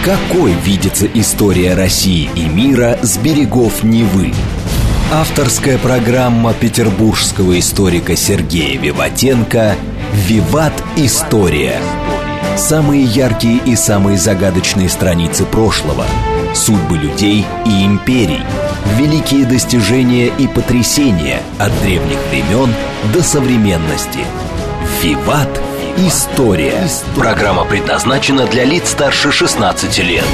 Какой видится история России и мира с берегов Невы? Авторская программа петербургского историка Сергея Виватенко «Виват. История». Самые яркие и самые загадочные страницы прошлого, судьбы людей и империй, великие достижения и потрясения от древних времен до современности. «Виват. История». Программа предназначена для лиц старше 16 лет.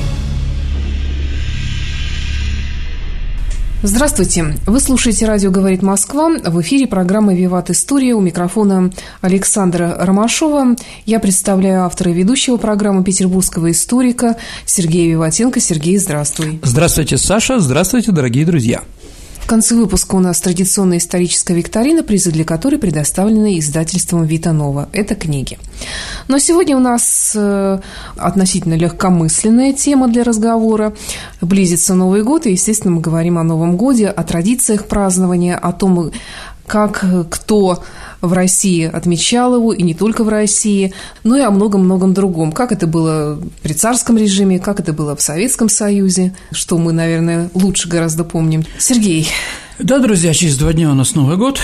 Здравствуйте! Вы слушаете «Радио говорит Москва». В эфире программа «Виват. История». У микрофона Александра Ромашова. Я представляю автора и ведущего программы петербургского историка Сергея Виватенко. Сергей, здравствуй. Здравствуйте, Саша. Здравствуйте, дорогие друзья. В конце выпуска у нас традиционная историческая викторина, призы для которой предоставлены издательством «Вита Нова». Это книги. Но сегодня у нас относительно легкомысленная тема для разговора. Близится Новый год, и, естественно, мы говорим о Новом годе, о традициях празднования, о том, как кто в России отмечал его, и не только в России, но и о многом-многом другом. Как это было при царском режиме, как это было в Советском Союзе, что мы, наверное, лучше гораздо помним. Сергей. Да, друзья, через 2 дня у нас Новый год,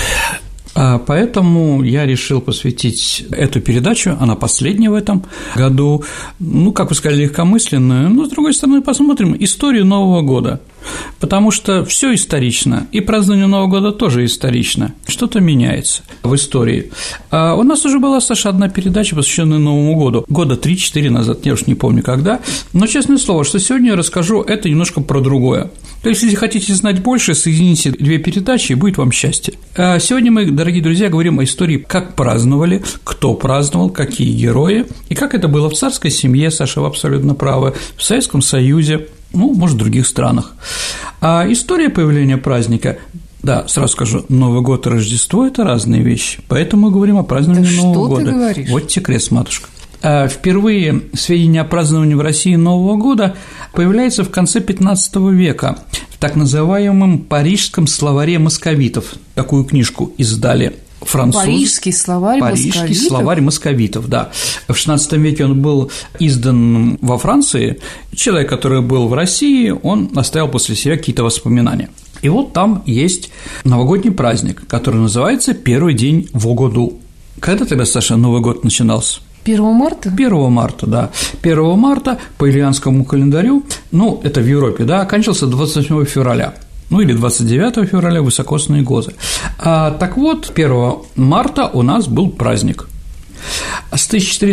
поэтому я решил посвятить эту передачу, она последняя в этом году, как вы сказали, легкомысленную, но, с другой стороны, посмотрим историю Нового года. Потому что все исторично, и празднование Нового года тоже исторично. Что-то меняется в истории. У нас уже была, Саша, одна передача, посвященная Новому году. Года 3-4 назад, я уж не помню когда. Но, честное слово, что сегодня я расскажу, это немножко про другое. То есть, если хотите знать больше, соедините 2 передачи, и будет вам счастье. Сегодня мы, дорогие друзья, говорим о истории, как праздновали, кто праздновал, какие герои, и как это было в царской семье, Саша, вы абсолютно правы, в Советском Союзе, может, в других странах. А история появления праздника, да, сразу скажу, Новый год и Рождество – это разные вещи, поэтому мы говорим о праздновании Нового года. Что ты говоришь? Вот тебе крест, матушка. Впервые сведения о праздновании в России Нового года появляются в конце XV века в так называемом «Парижском словаре московитов». Такую книжку издали французы. Парижский словарь московитов? Парижский словарь московитов, да. В XVI веке он был издан во Франции. Человек, который был в России, он оставил после себя какие-то воспоминания. И вот там есть новогодний праздник, который называется «Первый день в году». Когда тогда, Саша, Новый год начинался? 1 марта? 1 марта, да. 1 марта по юлианскому календарю, это в Европе, да, оканчивался 28 февраля. Или 29 февраля, высокосные годы. Так вот, 1 марта у нас был праздник. С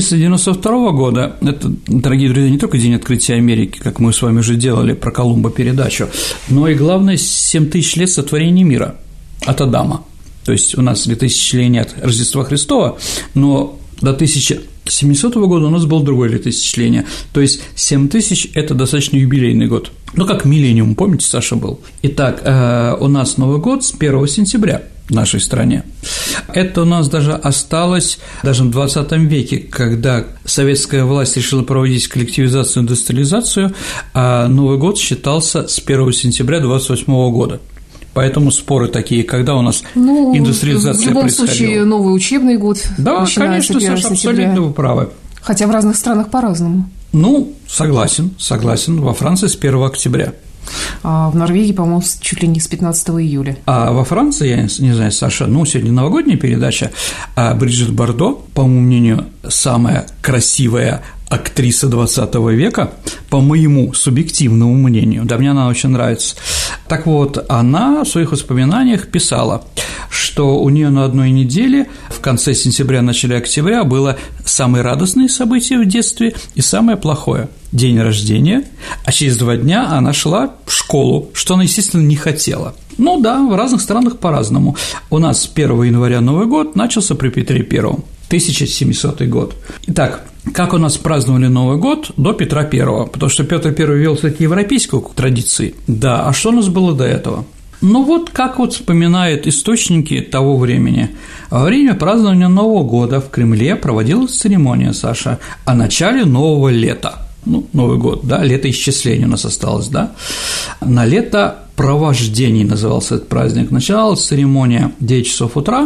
1492 года, это, дорогие друзья, не только день открытия Америки, как мы с вами уже делали про Колумба передачу, но и, главное, 7000 лет сотворения мира от Адама. То есть у нас 2000-летие от Рождества Христова, но до 1700 года у нас было другое летоисчисление, то есть 7000 – это достаточно юбилейный год, как миллениум, помните, Саша, был. Итак, у нас Новый год с 1 сентября в нашей стране. Это у нас даже осталось даже в 20 веке, когда советская власть решила проводить коллективизацию и индустриализацию, а Новый год считался с 1 сентября 28 года. Поэтому споры такие, когда у нас индустриализация происходила. В любом случае, новый учебный год. Да, конечно, Саша, абсолютно вы правы. Хотя в разных странах по-разному. Согласен. Во Франции с 1 октября. А в Норвегии, по-моему, чуть ли не с 15 июля. А во Франции, я не знаю, Саша, сегодня новогодняя передача, а Бриджит Бардо, по моему мнению, самая красивая актриса 20 века, по моему субъективному мнению, да, мне она очень нравится. Так вот, она в своих воспоминаниях писала, что у нее на одной неделе в конце сентября, начале октября было самые радостные события в детстве и самое плохое – день рождения, а через 2 дня она шла в школу, что она, естественно, не хотела. В разных странах по-разному. У нас 1 января Новый год начался при Петре I, 1700 год. Итак, как у нас праздновали Новый год до Петра I, потому что Петр I ввел такие европейские традиции. Да, а что у нас было до этого? Как вспоминают источники того времени. Во время празднования Нового года в Кремле проводилась церемония, Саша, о начале нового лета. Новый год, да, летоисчисление у нас осталось, да. На летопровождении назывался этот праздник. Начиналась церемония в 9 часов утра,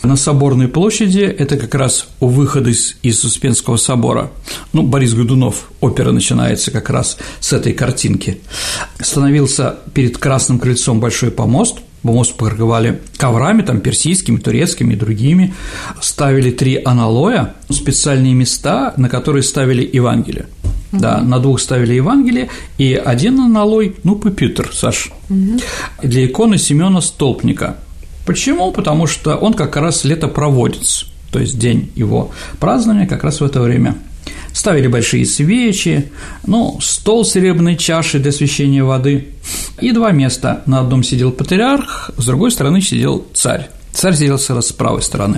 на Соборной площади, это как раз у выхода из Успенского собора. Борис Годунов, опера начинается как раз с этой картинки. Становился перед Красным крыльцом большой помост. Помост покрывали коврами, там, персидскими, турецкими и другими. Ставили 3 аналоя, специальные места, на которые ставили Евангелие. Да, на 2 ставили Евангелие, и 1 аналой, пюпитр, Саш, для иконы Семёна Столпника. Почему? Потому что он как раз летопроводец, то есть день его празднования как раз в это время. Ставили большие свечи, стол с серебряной чашей для освящения воды и 2 места. На одном сидел патриарх, с другой стороны сидел царь. Царь сидел с правой стороны.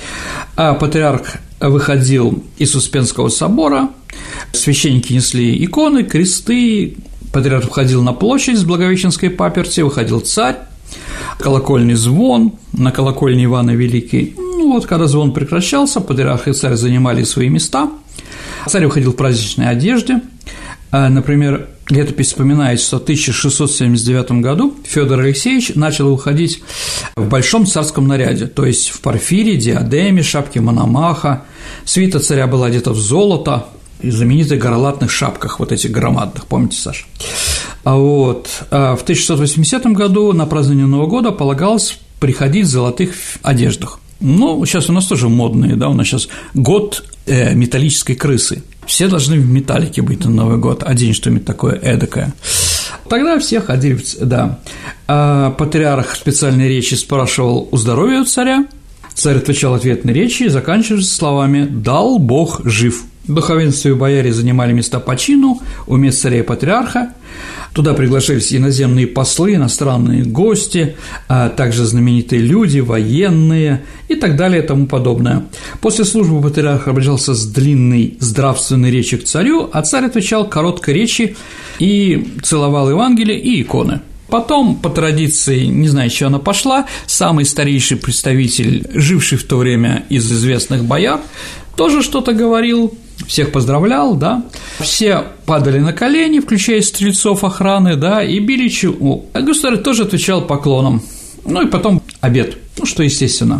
А патриарх выходил из Успенского собора, священники несли иконы, кресты, патриарх входил на площадь с Благовещенской паперти, выходил царь, колокольный звон, на колокольне Ивана Великий. Когда звон прекращался, патриарх и царь занимали свои места, царь выходил в праздничной одежде. Например, летопись вспоминает, что в 1679 году Фёдор Алексеевич начал выходить в большом царском наряде, то есть в парфире, диадеме, шапке Мономаха. Свита царя была одета в золото и знаменитых горлатных шапках, этих громадных, помните, Саша? А в 1680 году на празднование Нового года полагалось приходить в золотых одеждах. Сейчас у нас тоже модные, да, у нас сейчас год металлической крысы. Все должны в металлике быть на Новый год, а день что-нибудь такое эдакое. Тогда все ходили, да. Патриарх в специальной речи спрашивал у здоровья царя, царь отвечал ответной речи и заканчивался словами «дал Бог жив». Духовенство и бояре занимали места по чину у мест царя и патриарха. Туда приглашались иноземные послы, иностранные гости, а также знаменитые люди, военные и так далее и тому подобное. После службы патриарх обращался с длинной здравственной речью к царю, а царь отвечал короткой речи и целовал Евангелие и иконы. Потом, по традиции, не знаю, еще она пошла, самый старейший представитель, живший в то время из известных бояр, тоже что-то говорил, всех поздравлял, да, все падали на колени, включая стрельцов охраны, да, и били чу. А государь тоже отвечал поклоном, и потом обед, что естественно.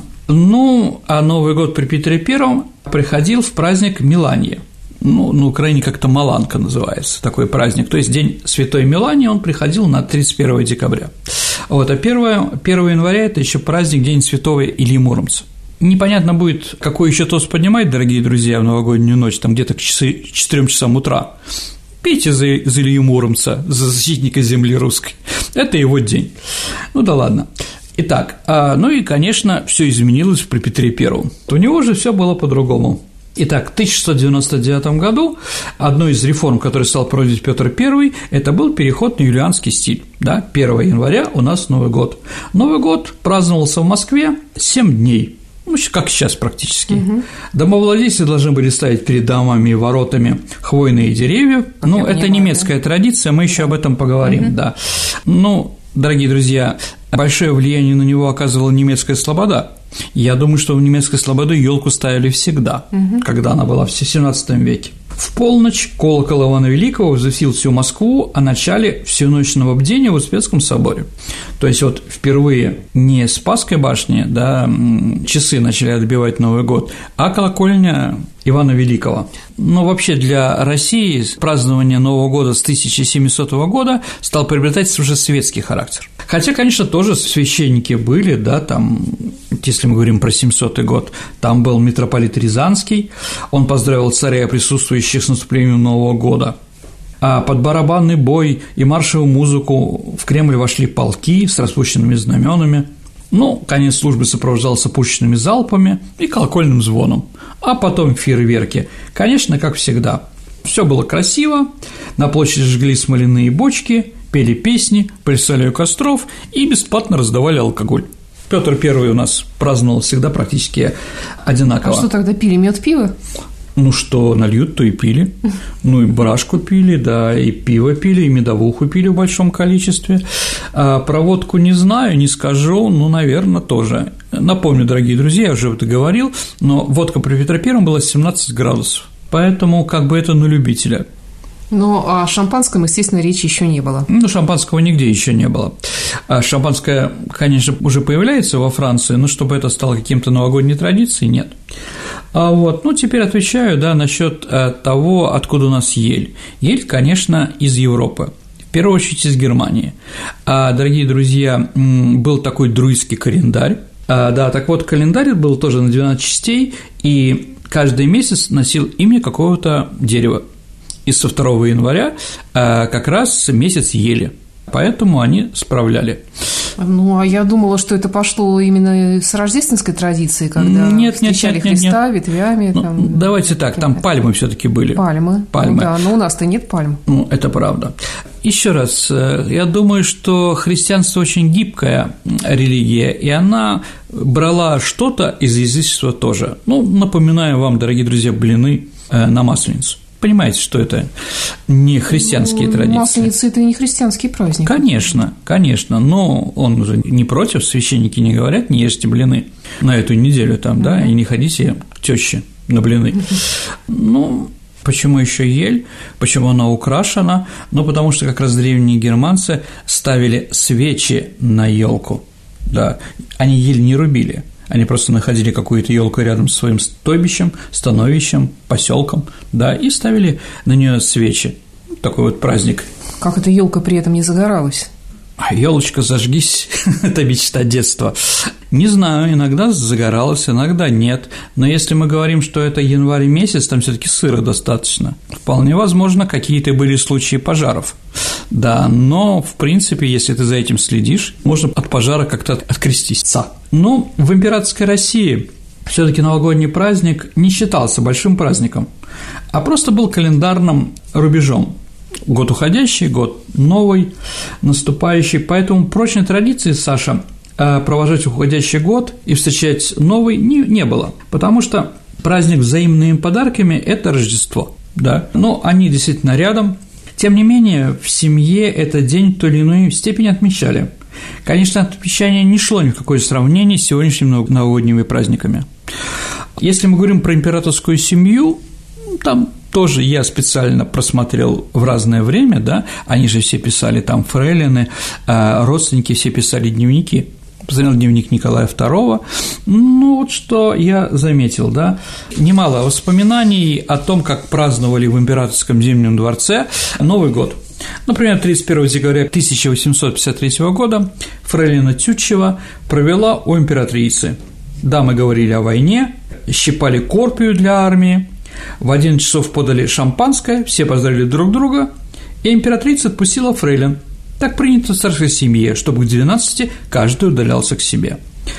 А Новый год при Петре Первом приходил в праздник Миланья. На Украине как-то Маланка называется такой праздник, то есть день Святой Милании, он приходил на 31 декабря. А 1 января – это еще праздник День Святого Ильи Муромца. Непонятно будет, какой еще тост поднимать, дорогие друзья, в новогоднюю ночь, там где-то к 4 часам утра. Пейте за Илью Муромца, за защитника земли русской. Это его день. Да ладно. Итак, и, конечно, все изменилось при Петре Первом. У него же все было по-другому. Итак, в 1699 году одной из реформ, которую стал проводить Петр I, это был переход на юлианский стиль. Да? 1 января у нас Новый год. Новый год праздновался в Москве 7 дней. Как сейчас практически. Домовладельцы должны были ставить перед домами и воротами хвойные деревья. Это немецкая традиция, мы еще об этом поговорим, да. Дорогие друзья, большое влияние на него оказывала немецкая слобода. Я думаю, что в немецкой слободе елку ставили всегда, когда она была в XVII веке. В полночь колокол Ивана Великого возвестил всю Москву о начале всеночного бдения в Успенском соборе. То есть впервые не Спасской башни, да, часы начали отбивать Новый год, а колокольня Ивана Великого. Вообще для России празднование Нового года с 1700 года стал приобретать уже светский характер. Хотя, конечно, тоже священники были, да, там, если мы говорим про 700 год, там был митрополит Рязанский, он поздравил царя и присутствующих с наступлением Нового года. А под барабанный бой и маршевую музыку в Кремль вошли полки с распущенными знаменами. Конец службы сопровождался пушечными залпами и колокольным звоном, а потом фейерверки. Конечно, как всегда. Все было красиво, на площади жгли смоляные бочки, пели песни, плясали у костров и бесплатно раздавали алкоголь. Петр I у нас праздновал всегда практически одинаково. А что тогда пили, мед, пиво? Что нальют, то и пили. И брашку пили, да, и пиво пили, и медовуху пили в большом количестве. А про водку не знаю, не скажу, наверное, тоже. Напомню, дорогие друзья, я уже это говорил, но водка при Петре I была 17 градусов, поэтому это на любителя. Ну, о шампанском, естественно, речи еще не было. Ну, шампанского нигде еще не было. Шампанское, конечно, уже появляется во Франции, но чтобы это стало каким-то новогодней традицией, нет. Теперь отвечаю, насчет того, откуда у нас ель. Ель, конечно, из Европы. В первую очередь из Германии. Дорогие друзья, был такой друидский календарь. Календарь был тоже на 12 частей, и каждый месяц носил имя какого-то дерева. И со 2 января как раз месяц ели, поэтому они справляли. Ну, а я думала, что это пошло именно с рождественской традиции, когда встречали Христа ветвями. Давайте так, там пальмы все-таки были. Пальмы. Ну, да, но у нас-то нет пальм. Это правда. Еще раз, я думаю, что христианство очень гибкая религия, и она брала что-то из язычества тоже. Напоминаю вам, дорогие друзья, блины на Масленицу. Понимаете, что это не христианские традиции. Масленица – это не христианский праздник. Конечно, но он уже не против, священники не говорят, не ешьте блины на эту неделю и не ходите к тёще на блины. Почему еще ель? Почему она украшена? Потому что как раз древние германцы ставили свечи на елку. Да, они ель не рубили. Они просто находили какую-то елку рядом с своим стойбищем, становищем, поселком, и ставили на нее свечи. Такой праздник. Как эта елка при этом не загоралась? Елочка, зажгись, это мечта детства. Не знаю, иногда загоралась, иногда нет. Но если мы говорим, что это январь месяц, там все-таки сыра достаточно. Вполне возможно, какие-то были случаи пожаров. Да, но в принципе, если ты за этим следишь, можно от пожара как-то откреститься. Но в императорской России все-таки новогодний праздник не считался большим праздником, а просто был календарным рубежом. Год уходящий, год новый, наступающий. Поэтому прочной традиции, Саша, провожать уходящий год и встречать новый не было, потому что праздник взаимными подарками – это Рождество, но они действительно рядом. Тем не менее, в семье этот день в той или иной степени отмечали. Конечно, отмечание не шло ни в какое сравнение с сегодняшними новогодними праздниками. Если мы говорим про императорскую семью, там тоже я специально просмотрел в разное время, они же все писали там фрейлины, родственники все писали дневники. Посмотрел дневник Николая II, что я заметил, немало воспоминаний о том, как праздновали в императорском Зимнем дворце Новый год. Например, 31 декабря 1853 года фрейлина Тютчева провела у императрицы. Дамы говорили о войне, щипали корпию для армии, в 11 часов подали шампанское, все поздравили друг друга, и императрица отпустила фрейлин. Так принято в царской семье, чтобы к 12 каждый удалялся к себе.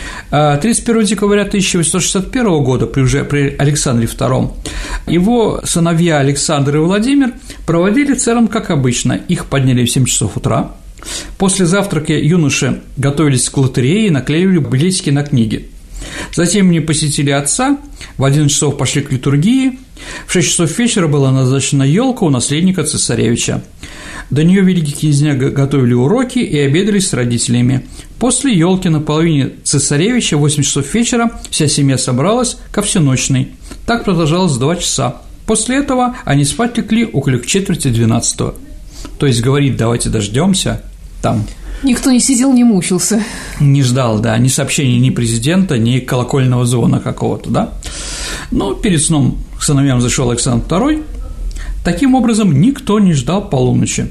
31 декабря 1861 года при Александре II его сыновья Александр и Владимир проводили в целом как обычно. Их подняли в 7 часов утра. После завтрака юноши готовились к лотерее и наклеивали билетики на книги. Затем они посетили отца, в 11 часов пошли к литургии, в 6 часов вечера была назначена елка у наследника цесаревича. До нее великий князья готовили уроки и обедали с родителями. После елки на половине цесаревича в 8 часов вечера вся семья собралась ко всеночной. Так продолжалось 2 часа. После этого они спать легли около четверти 12-го. То есть говорит, давайте дождемся там. Никто не сидел, не мучился. Не ждал, ни сообщений ни президента, ни колокольного звона какого-то, Но перед сном к сыновьям зашел Александр II. Таким образом, никто не ждал полуночи.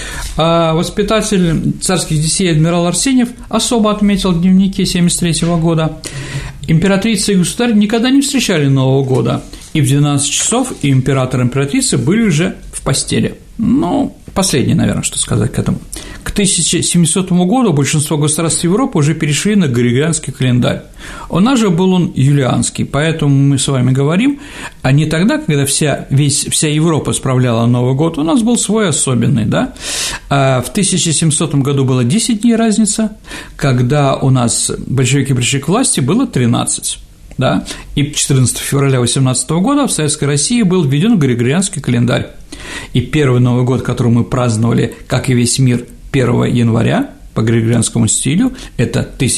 А воспитатель царских детей адмирал Арсеньев особо отметил в дневнике 1973 года: императрица и государь никогда не встречали Нового года, и в 12 часов и император и императрица были уже в постели. Последнее, наверное, что сказать к этому. К 1700 году большинство государств Европы уже перешли на Григорианский календарь. У нас же был он юлианский, поэтому мы с вами говорим, а не тогда, когда вся Европа справляла Новый год, у нас был свой особенный, А в 1700 году было 10 дней разница, когда у нас большевики пришли к власти, было 13. И 14 февраля 18 года в Советской России был введен Григорианский календарь. И первый Новый год, который мы праздновали, как и весь мир, 1 января по григорианскому стилю, это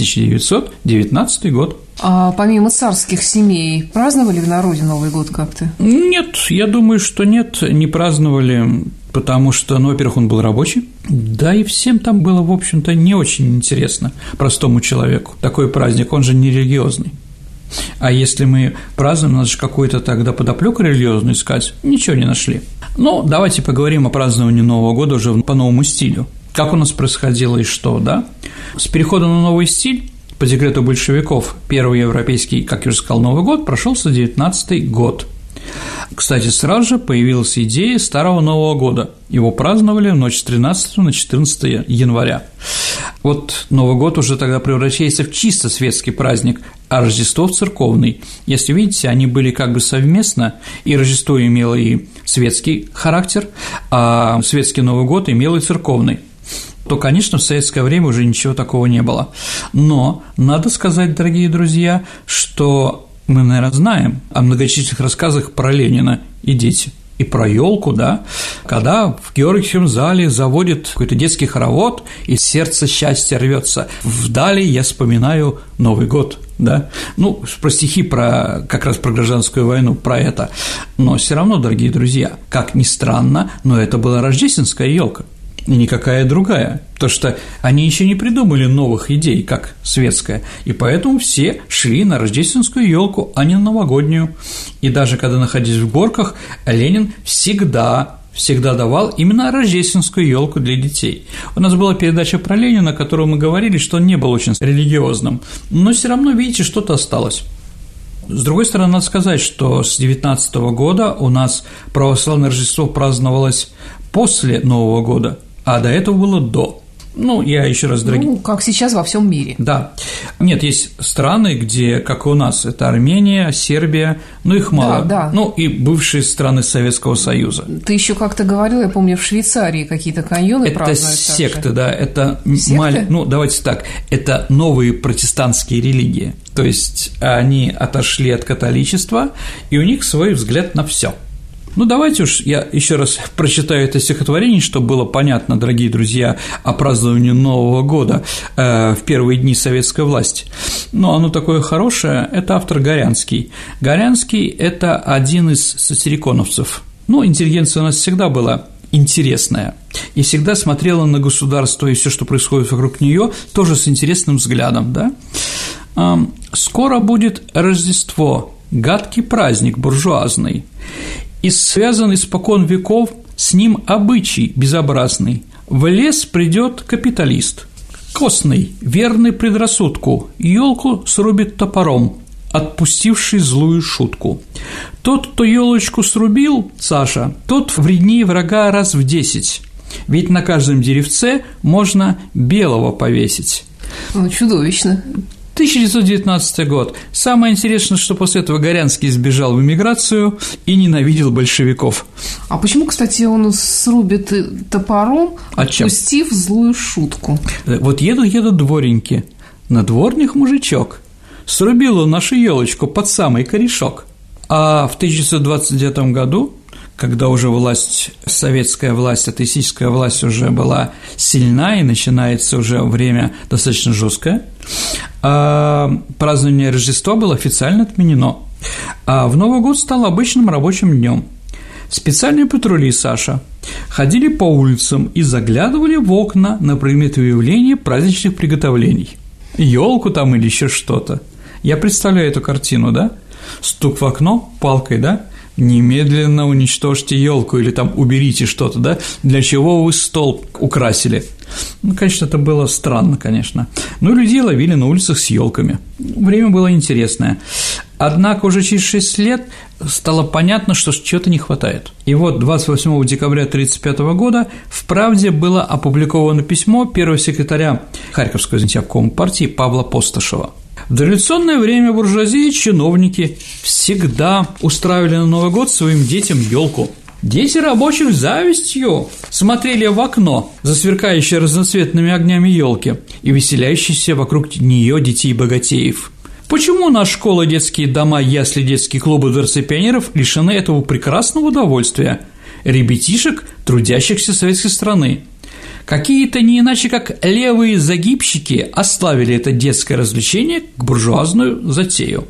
1919 год. А помимо царских семей праздновали в народе Новый год как-то? Нет, я думаю, что нет, не праздновали. потому что, ну, во-первых, он был рабочий, да и всем там было, в общем-то, не очень интересно простому человеку. Такой праздник, он же не религиозный. А если мы празднуем, надо же какую-то тогда подоплёку религиозную искать, ничего не нашли. Ну, давайте поговорим о праздновании Нового года уже по новому стилю. Как у нас происходило и что, да? С переходом на новый стиль, по декрету большевиков, первый европейский, как я уже сказал, Новый год прошёлся 19-й год. Кстати, сразу же появилась идея Старого Нового года. Его праздновали в ночь с 13 на 14 января. Вот Новый год уже тогда превращается в чисто светский праздник, а Рождество – в церковный. Если видите, они были как бы совместно, и Рождество имело и светский характер, а светский Новый год имел и церковный. То, конечно, в советское время уже ничего такого не было. Но надо сказать, дорогие друзья, что мы, наверное, знаем о многочисленных рассказах про Ленина и дети, и про елку, да, когда в Георгиевском зале заводит какой-то детский хоровод, и сердце счастья рвется. Вдали я вспоминаю Новый год, да, ну, про стихи про как раз про гражданскую войну, про это. Но все равно, дорогие друзья, как ни странно, но это была рождественская елка. И никакая другая, потому что они еще не придумали новых идей, как светская, и поэтому все шли на рождественскую елку, а не на новогоднюю. И даже когда находились в Горках, Ленин всегда давал именно рождественскую елку для детей. У нас была передача про Ленина, в которой мы говорили, что он не был очень религиозным, но все равно, видите, что-то осталось. С другой стороны, надо сказать, что с 19 года у нас православное Рождество праздновалось после Нового года, а до этого было до. Ну, я еще раз, дорогие… Ну, как сейчас во всем мире. Да. Нет, есть страны, где, как и у нас, это Армения, Сербия, ну, их мало. Да. Ну, и бывшие страны Советского Союза. Ты еще как-то говорил, я помню, в Швейцарии какие-то каньоны празднуют. Это секты, да, это… Ну, давайте так, это новые протестантские религии. То есть они отошли от католичества, и у них свой взгляд на все. Ну, давайте уж я еще раз прочитаю это стихотворение, чтобы было понятно, дорогие друзья, о праздновании Нового года в первые дни советской власти. Но оно такое хорошее, это автор Горянский. Горянский – это один из сатириконовцев. Ну, интеллигенция у нас всегда была интересная и всегда смотрела на государство и все, что происходит вокруг нее, тоже с интересным взглядом, да? «Скоро будет Рождество, гадкий праздник буржуазный, и связан испокон веков с ним обычай безобразный. В лес придет капиталист, костный, верный предрассудку, елку срубит топором, отпустивший злую шутку. Тот, кто елочку срубил, Саша, тот вреднее врага раз в 10, ведь на каждом деревце можно белого повесить». Ну, чудовищно. 1919 год. Самое интересное, что после этого Горянский сбежал в эмиграцию и ненавидел большевиков. А почему, кстати, он срубит топором, отпустив злую шутку? Вот едут двореньки, на дворник мужичок, срубил он нашу елочку под самый корешок. А в 1929 году, когда уже власть, советская власть, атеистическая власть уже была сильна и начинается уже время достаточно жесткое, празднование Рождества было официально отменено, а в Новый год стал обычным рабочим днем. Специальные патрули, Саша, ходили по улицам и заглядывали в окна на предмет выявления праздничных приготовлений. Елку там или еще что-то. Я представляю эту картину, да? Стук в окно палкой, да? Немедленно уничтожьте елку или там уберите что-то, да? Для чего вы стол украсили? Ну, конечно, это было странно, конечно. Но людей ловили на улицах с елками. Время было интересное. Однако уже через 6 лет стало понятно, что чего-то не хватает. И вот 28 декабря 1935 года в «Правде» было опубликовано письмо первого секретаря Харьковского обкома партии Павла Постышева. В дореволюционное время буржуазия и чиновники всегда устраивали на Новый год своим детям елку. Дети рабочих с завистью смотрели в окно, засверкающие разноцветными огнями елки и веселяющиеся вокруг нее детей-богатеев. Почему наши школы, детские дома, ясли, детские клубы, дворцы пионеров лишены этого прекрасного удовольствия? Ребятишек, трудящихся советской страны. Какие-то не иначе как левые загибщики оставили это детское развлечение к буржуазную затею.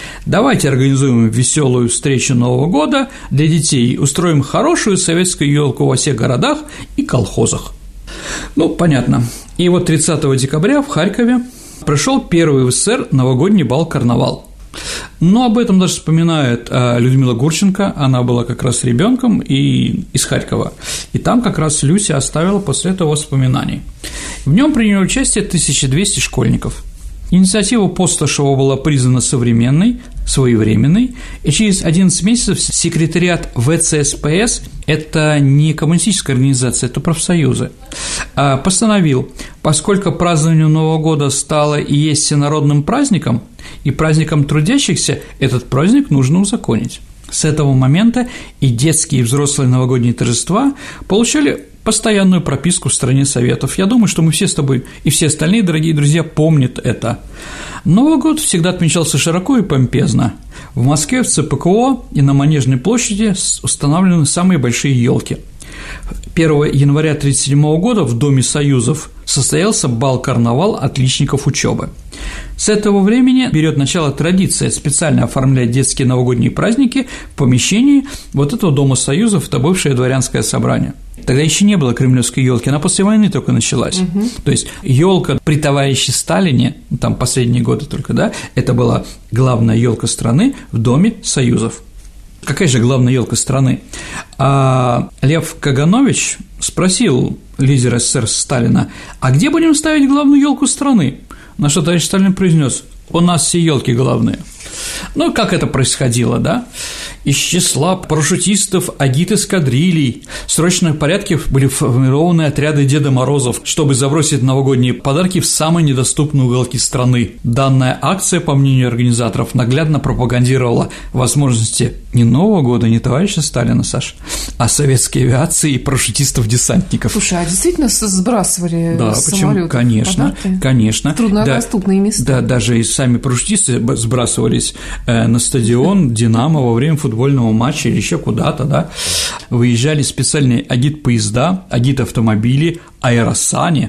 Давайте организуем веселую встречу Нового года для детей, устроим хорошую советскую елку во всех городах и колхозах. Ну, понятно. И вот 30 декабря в Харькове прошел первый в СССР новогодний бал-карнавал. Но об этом даже вспоминает Людмила Гурченко, она была как раз ребенком и из Харькова, и там как раз Люся оставила после этого воспоминаний. В нем приняли участие 1200 школьников. Инициатива Постышева была признана современной, своевременной, и через 11 месяцев секретариат ВЦСПС – это не коммунистическая организация, это профсоюзы – постановил, поскольку празднование Нового года стало и есть всенародным праздником и праздником трудящихся, этот праздник нужно узаконить. С этого момента и детские, и взрослые новогодние торжества получили постоянную прописку в стране Советов. Я думаю, что мы все с тобой и все остальные, дорогие друзья, помнят это. Новый год всегда отмечался широко и помпезно. В Москве, в ЦПКО и на Манежной площади установлены самые большие елки. 1 января 1937 года в Доме Союзов состоялся бал-карнавал отличников учебы. С этого времени берет начало традиция специально оформлять детские новогодние праздники в помещении вот этого Дома Союзов, это бывшее дворянское собрание. Тогда еще не было кремлевской елки, она после войны только началась. То есть елка при товарище Сталине, там последние годы только, да, это была главная елка страны в Доме Союзов. Какая же главная елка страны? А Лев Каганович спросил лидера СССР Сталина: а где будем ставить главную елку страны? На что товарищ Сталин произнес: у нас все елки главные. Ну, как это происходило, да? Из числа парашютистов агит-эскадрилий в срочном порядке были формированы отряды Деда Морозов, чтобы забросить новогодние подарки в самые недоступные уголки страны. Данная акция, по мнению организаторов, наглядно пропагандировала возможности не Нового года, не товарища Сталина, Саш, а советской авиации и парашютистов-десантников. Слушай, а действительно сбрасывали с самолётов подарки? Конечно. Труднодоступные места. Да, даже и сами парашютисты сбрасывались на стадион «Динамо» во время футбольного матча или еще куда-то, да, выезжали специальные агит-поезда, агит-автомобили, аэросани,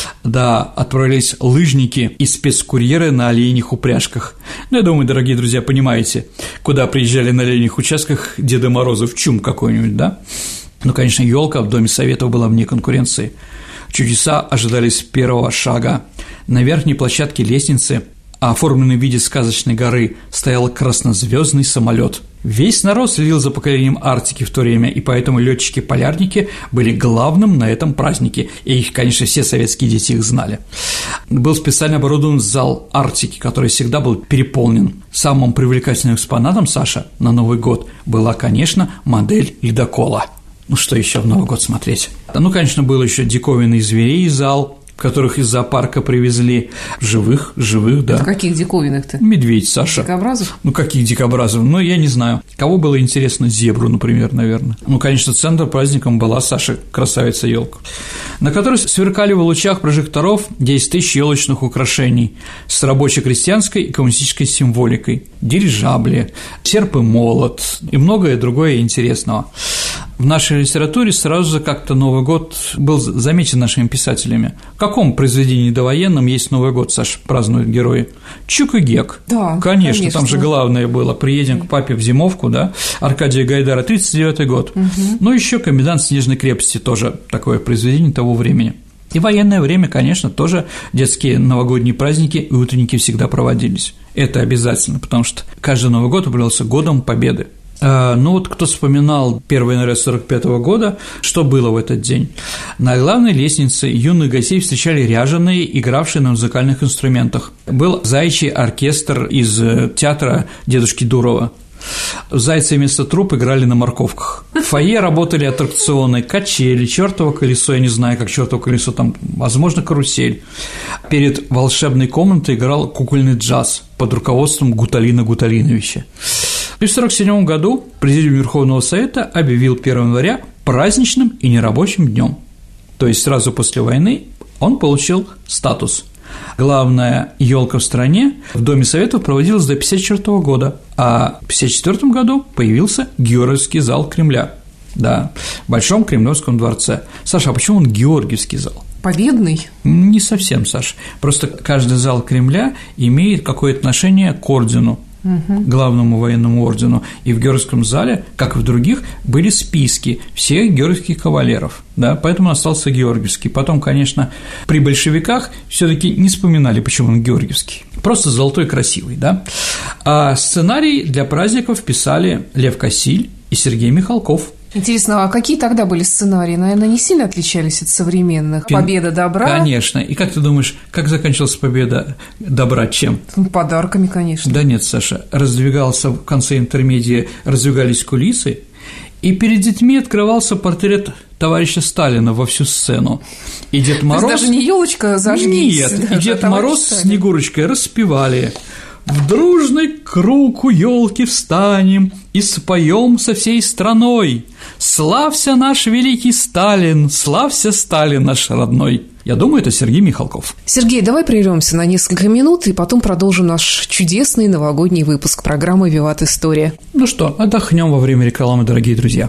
да, отправлялись лыжники и спецкурьеры на оленьих упряжках. Ну, я думаю, дорогие друзья, понимаете, куда приезжали на оленьих участках Деда Мороза, в чум какой-нибудь, да? Ну, конечно, елка в Доме Советов была вне конкуренции. Чудеса ожидались с первого шага. На верхней площадке лестницы, оформленной в виде сказочной горы, стоял краснозвездный самолет. Весь народ следил за поколением Арктики в то время, и поэтому летчики-полярники были главным на этом празднике, и их, конечно, все советские дети их знали. Был специально оборудован зал Арктики, который всегда был переполнен. Самым привлекательным экспонатом, Саша, на Новый год была, конечно, модель ледокола. Ну, что еще в Новый год смотреть? Ну, конечно, был еще диковинный зверей зал, которых из зоопарка привезли, живых, да. Это каких диковинных-то? Медведь, Саша. Дикобразов? Ну, каких дикобразов? Ну, я не знаю. Кого было интересно? Зебру, например, наверное. Ну, конечно, центр праздником была, Саша, красавица-елка, на которой сверкали в лучах прожекторов 10 тысяч елочных украшений с рабоче-крестьянской и коммунистической символикой, дирижабли, серп и молот и многое другое интересного. В нашей литературе сразу же как-то Новый год был замечен нашими писателями. В каком произведении довоенном есть Новый год, Саш, празднуют герои? Чук и Гек. Да, конечно, там же главное было «Приедем к папе в зимовку», да, Аркадия Гайдара, 1939 год. Ну, еще «Комендант Снежной крепости», тоже такое произведение того времени. И в военное время, конечно, тоже детские новогодние праздники и утренники всегда проводились. Это обязательно, потому что каждый Новый год являлся годом победы. Ну вот кто вспоминал 1 января 1945 года, что было в этот день? На главной лестнице юных гостей встречали ряженые, игравшие на музыкальных инструментах. Был заячий оркестр из театра дедушки Дурова. Зайцы вместо труп играли на морковках. В фойе работали аттракционы, качели, чёртово колесо, я не знаю, как чёртово колесо, там, возможно, карусель. Перед волшебной комнатой играл кукольный джаз под руководством Гуталина Гуталиновича. И в 1947 году Президиум Верховного Совета объявил 1 января праздничным и нерабочим днем. То есть сразу после войны он получил статус. Главная елка в стране в Доме Советов проводилась до 1954 года, а в 1954 году появился Георгиевский зал Кремля, да, в Большом Кремлевском дворце. Саша, а почему он Георгиевский зал? Победный? Не совсем, Саша. Просто каждый зал Кремля имеет какое-то отношение к ордену. главному военному ордену, и в Георгиевском зале, как и в других, были списки всех георгиевских кавалеров, да, поэтому остался Георгиевский. Потом, конечно, при большевиках все-таки не вспоминали, почему он Георгиевский, просто золотой красивый, да. А сценарий для праздников писали Лев Косиль и Сергей Михалков. Интересно, а какие тогда были сценарии? Наверное, не сильно отличались от современных? Победа добра? Конечно. И как ты думаешь, как заканчивалась победа добра? Чем? Подарками, конечно. Да нет, Саша. Раздвигался в конце интермедии, раздвигались кулисы, и перед детьми открывался портрет товарища Сталина во всю сцену. И Дед Мороз… То есть даже не елочка зажгись. Нет, и Дед Мороз с Снегурочкой распевали: «В дружный круг у елки встанем и споем со всей страной. Славься наш великий Сталин, славься Сталин наш родной». Я думаю, это Сергей Михалков. Сергей, давай прервемся на несколько минут и потом продолжим наш чудесный новогодний выпуск программы «Виват История». Ну что, отдохнем во время рекламы, дорогие друзья.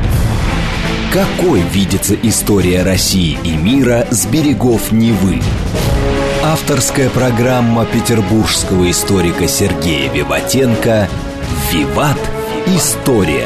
Какой видится история России и мира с берегов Невы? Авторская программа петербургского историка Сергея Виватенко «Виват. История».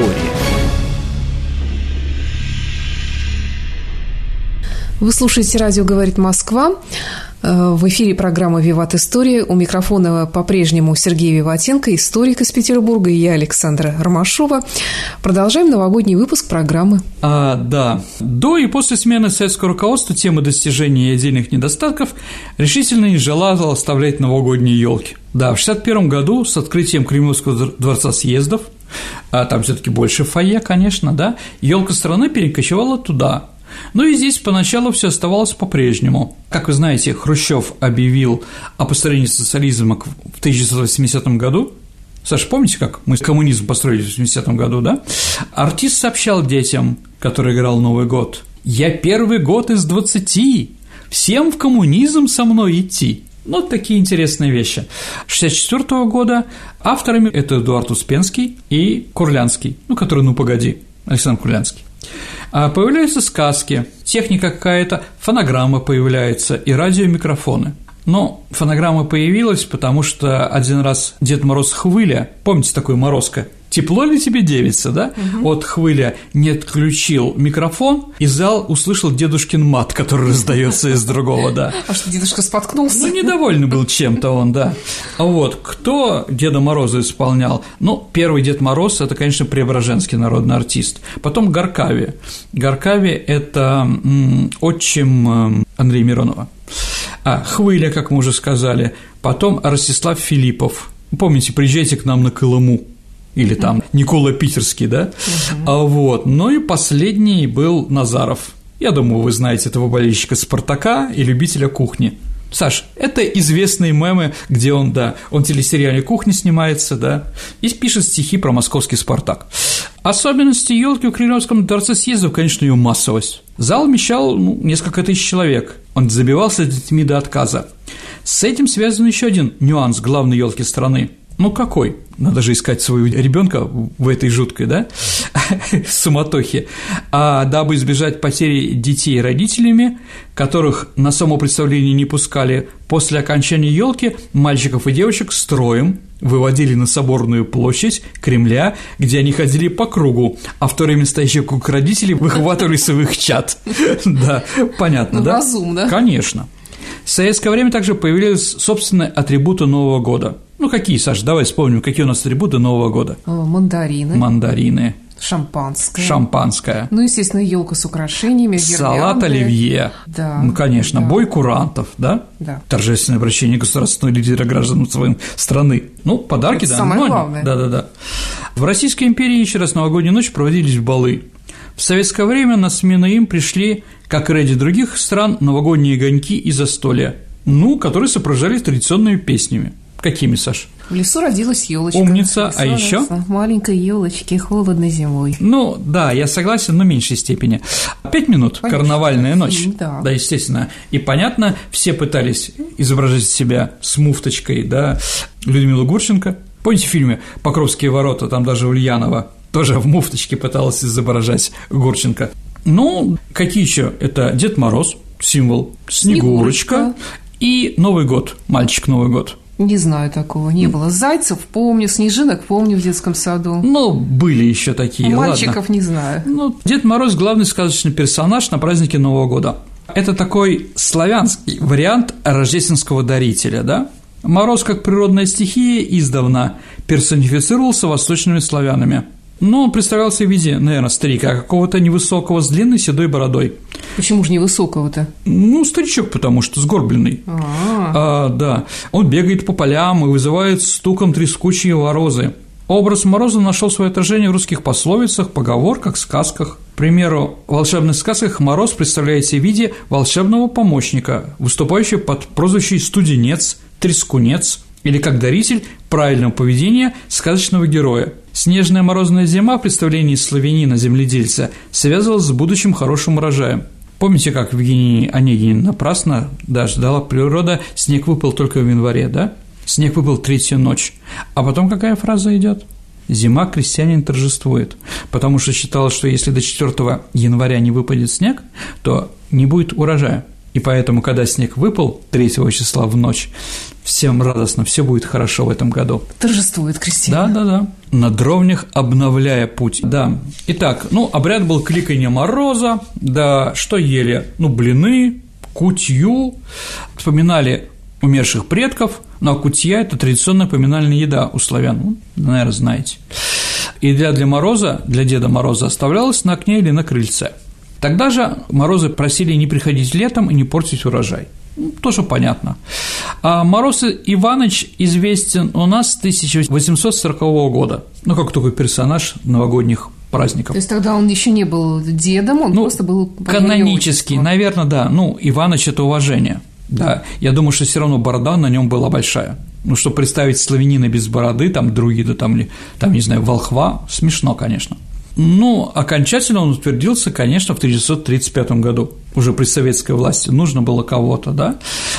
Вы слушаете «Радио говорит Москва». В эфире программа «Виват История». У микрофона по-прежнему Сергей Виватенко, историк из Петербурга, и я, Александра Ромашова. Продолжаем новогодний выпуск программы. Да. До и после смены советского руководства тема достижений и отдельных недостатков решительно не желала оставлять новогодние елки. Да, в 1961 году с открытием Кремлевского дворца съездов, а там все-таки больше фойе, конечно, да, елка страны перекочевала туда. Ну и здесь поначалу все оставалось по-прежнему. Как вы знаете, Хрущев объявил о построении социализма в 1980 году. Саша, помните, как мы коммунизм построили в 80-м году, да? Артист сообщал детям, который играл Новый год: «Я первый год из 20, всем в коммунизм со мной идти». Ну, такие интересные вещи. 1964 года авторами это Эдуард Успенский и Курлянский, который «Ну, погоди», Александр Курлянский. Появляются сказки, техника какая-то, фонограмма появляется и радиомикрофоны. Но фонограмма появилась, потому что один раз Дед Мороз Хвыля, помните такую Морозко? «Тепло ли тебе, девица», да? Вот Хвыля не отключил микрофон, и зал услышал дедушкин мат, который раздается из другого, да. А что, дедушка споткнулся? Недовольный был чем-то он, да. А вот кто Деда Мороза исполнял? Первый Дед Мороз – это, конечно, Преображенский народный артист. Потом Горкави. Горкави – это отчим Андрея Миронова. Хвыля, как мы уже сказали. Потом Ростислав Филиппов. Помните, приезжайте к нам на Колыму. Или там Никола Питерский, да? Ну и последний был Назаров. Я думаю, вы знаете этого болельщика «Спартака» и любителя кухни. Саш, это известные мемы, где он в телесериале «Кухня» снимается, да, и пишет стихи про московский «Спартак». Особенности елки в Кремлевском дворце съездов, конечно, ее массовость. Зал вмещал несколько тысяч человек, он забивался детьми до отказа. С этим связан еще один нюанс главной елки страны. Какой? Надо же искать своего ребенка в этой жуткой, да, суматохе. А дабы избежать потери детей родителями, которых на само представление не пускали, после окончания елки мальчиков и девочек строем выводили на Соборную площадь Кремля, где они ходили по кругу, а в то время стоящие круг родителей выхватывали своих чад. Да, понятно, да? Разум, да? Конечно. В советское время также появились собственные атрибуты Нового года. Какие, Саша? Давай вспомним, какие у нас атрибуты Нового года. Мандарины. Шампанское. Естественно, елка с украшениями, салат оливье. Да. Конечно, бой курантов, да? Да. Торжественное обращение государственного лидера граждан своей страны. Подарки, это да, самое нормально. главное. Да. В Российской империи еще раз новогоднюю ночь проводились балы. В советское время на смену им пришли, как и ряде других стран, новогодние огоньки и застолья, которые сопровождались традиционными песнями. Какими, Саш? В лесу родилась елочка. Умница, а еще? Маленькой елочки, холодно зимой. Да, я согласен, но в меньшей степени. 5 минут, конечно. Карнавальная ночь. Да, естественно. И понятно, все пытались изображать себя с муфточкой, да, Людмила Гурченко. Помните в фильме «Покровские ворота», там даже Ульянова тоже в муфточке пыталась изображать Гурченко. Какие еще? Это Дед Мороз, символ, Снегурочка и Новый год, мальчик Новый год. Не знаю такого, не было. Зайцев помню, снежинок помню в детском саду. Ну, были еще такие, мальчиков ладно. Не знаю. Ну, Дед Мороз – главный сказочный персонаж на празднике Нового года. Это такой славянский вариант рождественского дарителя, да? Мороз, как природная стихия, издавна персонифицировался восточными славянами. Но он представлялся в виде, наверное, старика, какого-то невысокого с длинной седой бородой. Почему же невысокого-то? Ну, старичок, потому что сгорбленный. Да. Он бегает по полям и вызывает стуком трескучие морозы. Образ Мороза нашел свое отражение в русских пословицах, поговорках, сказках. К примеру, в волшебных сказках Мороз представляется в виде волшебного помощника, выступающего под прозвищем «студенец», «трескунец» или как даритель правильного поведения сказочного героя. Снежная морозная зима в представлении славянина-земледельца связывалась с будущим хорошим урожаем. Помните, как в Евгении Онегине напрасно ждала природа, снег выпал только в январе, да? Снег выпал третью ночь. А потом какая фраза идет? Зима крестьянин торжествует, потому что считалось, что если до 4 января не выпадет снег, то не будет урожая. И поэтому, когда снег выпал 3 числа в ночь, всем радостно, все будет хорошо в этом году. Торжествует крестьянин. Да. На дровнях обновляя путь. Да. Итак, обряд был кликанье Мороза, да, что ели? Блины, кутью, вспоминали умерших предков, а кутья – это традиционная поминальная еда у славян, наверное, знаете. И для Деда Мороза оставлялась на окне или на крыльце. Тогда же Морозы просили не приходить летом и не портить урожай. Тоже понятно. А Мороз Иваныч известен у нас с 1840 года, как такой персонаж новогодних праздников. То есть тогда он еще не был дедом, он просто был канонический, наверное, да. Иваныч – это уважение. Да, я думаю, что все равно борода на нем была большая. Чтобы представить славянина без бороды, друида, не знаю, волхва, смешно, конечно. Окончательно он утвердился, конечно, в 1935 году, уже при советской власти, нужно было кого-то, да.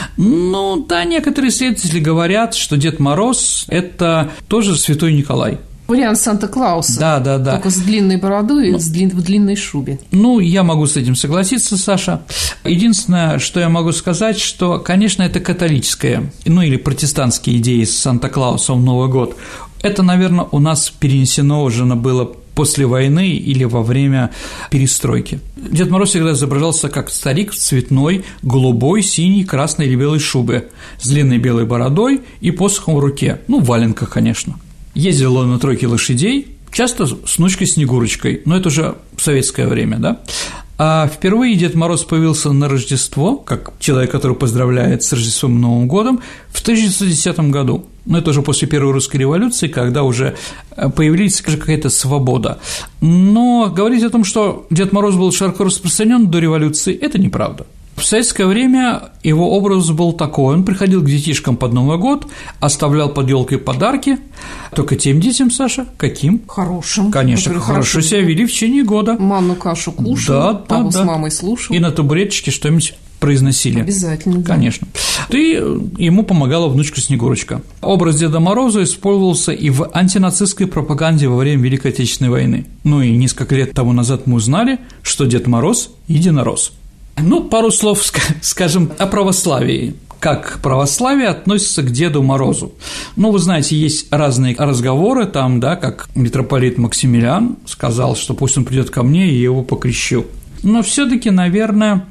Некоторые исследователи говорят, что Дед Мороз – это тоже Святой Николай. Вариант Санта-Клауса. Да. Только с длинной бородой и в длинной шубе. Я могу с этим согласиться, Саша. Единственное, что я могу сказать, что, конечно, это католическая, или протестантские идеи с Санта-Клаусом в Новый год. Это, наверное, у нас перенесено уже было после войны или во время перестройки. Дед Мороз всегда изображался как старик в цветной, голубой, синей, красной или белой шубе с длинной белой бородой и посохом в руке, в валенках, конечно. Ездил он на тройке лошадей, часто с внучкой Снегурочкой, но это уже в советское время, да. А впервые Дед Мороз появился на Рождество, как человек, который поздравляет с Рождеством и Новым годом, в 1910 году. Это уже после Первой русской революции, когда уже появилась какая-то свобода. Но говорить о том, что Дед Мороз был широко распространен до революции, это неправда. В советское время его образ был такой: он приходил к детишкам под Новый год, оставлял под елкой подарки, только тем детям, Саша, каким? Хорошим. Конечно, хорошо себя вели в течение года. Манную кашу кушал, папу с мамой слушал. И на табуреточке что-нибудь произносили. Обязательно, да. Конечно. И ему помогала внучка Снегурочка. Образ Деда Мороза использовался и в антинацистской пропаганде во время Великой Отечественной войны. И несколько лет тому назад мы узнали, что Дед Мороз – единорос. Пару слов скажем о православии. Как православие относится к Деду Морозу? Вы знаете, есть разные разговоры как митрополит Максимилиан сказал, что пусть он придет ко мне, и я его покрещу. Но все-таки, наверное,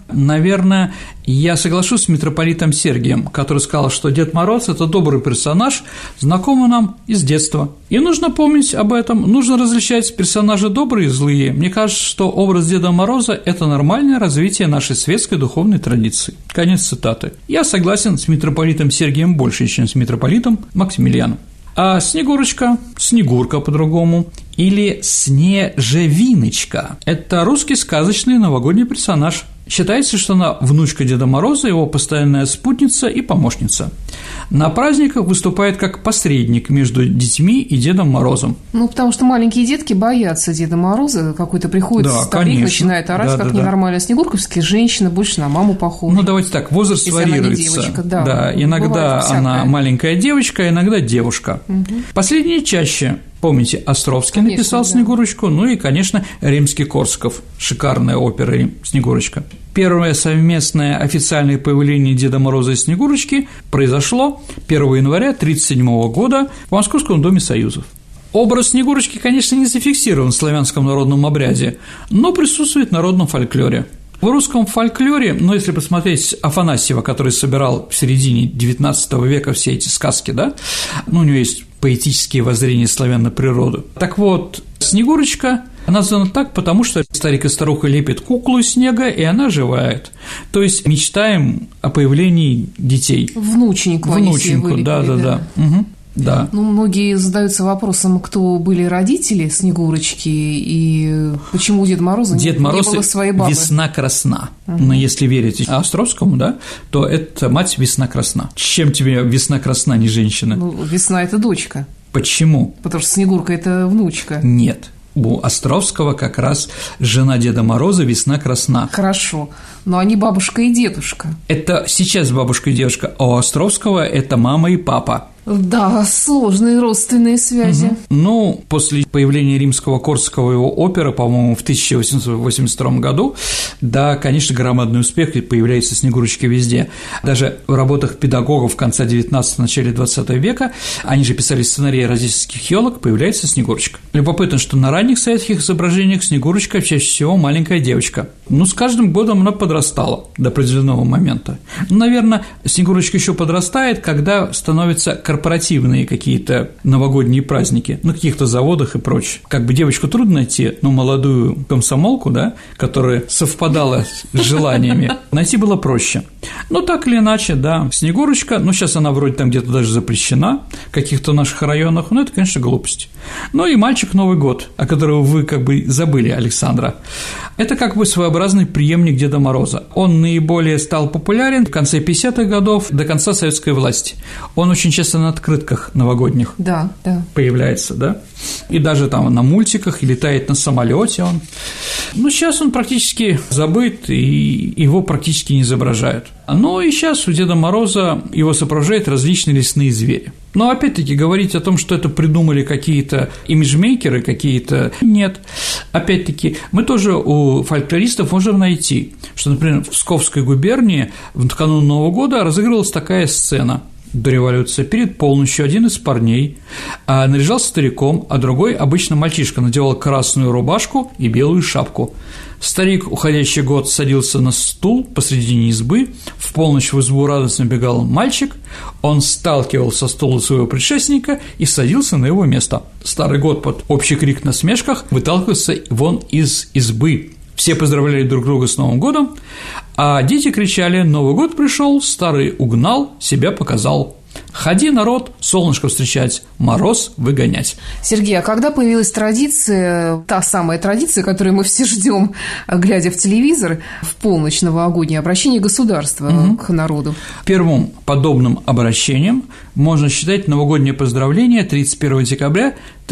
я соглашусь с митрополитом Сергием, который сказал, что Дед Мороз – это добрый персонаж, знакомый нам из детства. И нужно помнить об этом, нужно различать персонажи добрые и злые. Мне кажется, что образ Деда Мороза – это нормальное развитие нашей светской духовной традиции. Конец цитаты. Я согласен с митрополитом Сергием больше, чем с митрополитом Максимилианом. А Снегурочка, Снегурка по-другому, или Снежевиночка – это русский сказочный новогодний персонаж. Считается, что она внучка Деда Мороза, его постоянная спутница и помощница. На праздниках выступает как посредник между детьми и Дедом Морозом. Потому что маленькие детки боятся Деда Мороза, какой-то приходит старик, начинает орать, ненормальная Снегурка, все-таки женщина, больше на маму похожа. Давайте так, возраст варьируется. Девочка, иногда она маленькая девочка, иногда девушка. Последние чаще. Помните, Островский написал Снегурочку, и, конечно, Римский-Корсаков, шикарная опера «Снегурочка». Первое совместное официальное появление Деда Мороза и Снегурочки произошло 1 января 1937 года в Московском доме Союзов. Образ Снегурочки, конечно, не зафиксирован в славянском народном обряде, но присутствует в народном фольклоре. В русском фольклоре, если посмотреть Афанасьева, который собирал в середине XIX века все эти сказки, да, у него есть поэтические воззрения славян на природу. Так вот, Снегурочка названа так, потому что старик и старуха лепят куклу из снега, и она оживает. То есть мечтаем о появлении детей. Внученьку, да. Угу. Да. Многие задаются вопросом, кто были родители Снегурочки и почему Дед Мороза не было своей бабы. Весна красна. Но если верить Островскому, да, то это мать Весна красна. Чем тебе Весна красна, не женщина? Весна – это дочка. Почему? Потому что Снегурка – это внучка. Нет. У Островского как раз жена Деда Мороза Весна красна. Хорошо, но они бабушка и дедушка. Это сейчас бабушка и дедушка, а у Островского это мама и папа. Да, сложные родственные связи. Угу. После появления Римского-Корсакова его оперы, по-моему, в 1882 году, да, конечно, громадный успех, и появляется Снегурочка везде. Даже в работах педагогов конца 19-го, начале 20 века, они же писали сценарии родительских ёлок, появляется Снегурочка. Любопытно, что на ранних советских изображениях Снегурочка чаще всего маленькая девочка. С каждым годом она подрастала до определенного момента. Наверное, Снегурочка еще подрастает, когда становятся корпоративные какие-то новогодние праздники, на каких-то заводах и прочее. Девочку трудно найти, молодую комсомолку, да, которая совпадала с желаниями, найти было проще. Так или иначе, да, Снегурочка, сейчас она вроде там где-то даже запрещена в каких-то наших районах, это, конечно, глупость. И мальчик Новый год, о котором вы забыли, Александра, это своеобразный преемник Деда Мороза. Он наиболее стал популярен в конце 50-х годов до конца советской власти. Он очень часто на открытках новогодних появляется, да, и даже там на мультиках, и летает на самолете он. Сейчас он практически забыт, и его практически не изображают. И сейчас у Деда Мороза его сопровождают различные лесные звери. Но опять-таки говорить о том, что это придумали какие-то имиджмейкеры, какие-то… Нет. Опять-таки, мы тоже у фольклористов можем найти, что, например, в Псковской губернии в канун Нового года разыгрывалась такая сцена – до революции. Перед полночью один из парней наряжался стариком, а другой, обычно мальчишка, надевал красную рубашку и белую шапку. Старик, уходящий год, садился на стул посредине избы, в полночь в избу радостно бегал мальчик, он сталкивал со стула своего предшественника и садился на его место. Старый год под общий крик на смешках выталкивался вон из избы. Все поздравляли друг друга с Новым годом, а дети кричали: «Новый год пришел, старый угнал, себя показал. Ходи, народ, солнышко встречать, мороз выгонять». Сергей, а когда появилась традиция, та самая традиция, которую мы все ждем, глядя в телевизор, в полночь новогоднее обращение государства к народу? Первым подобным обращением можно считать новогоднее поздравление 31 декабря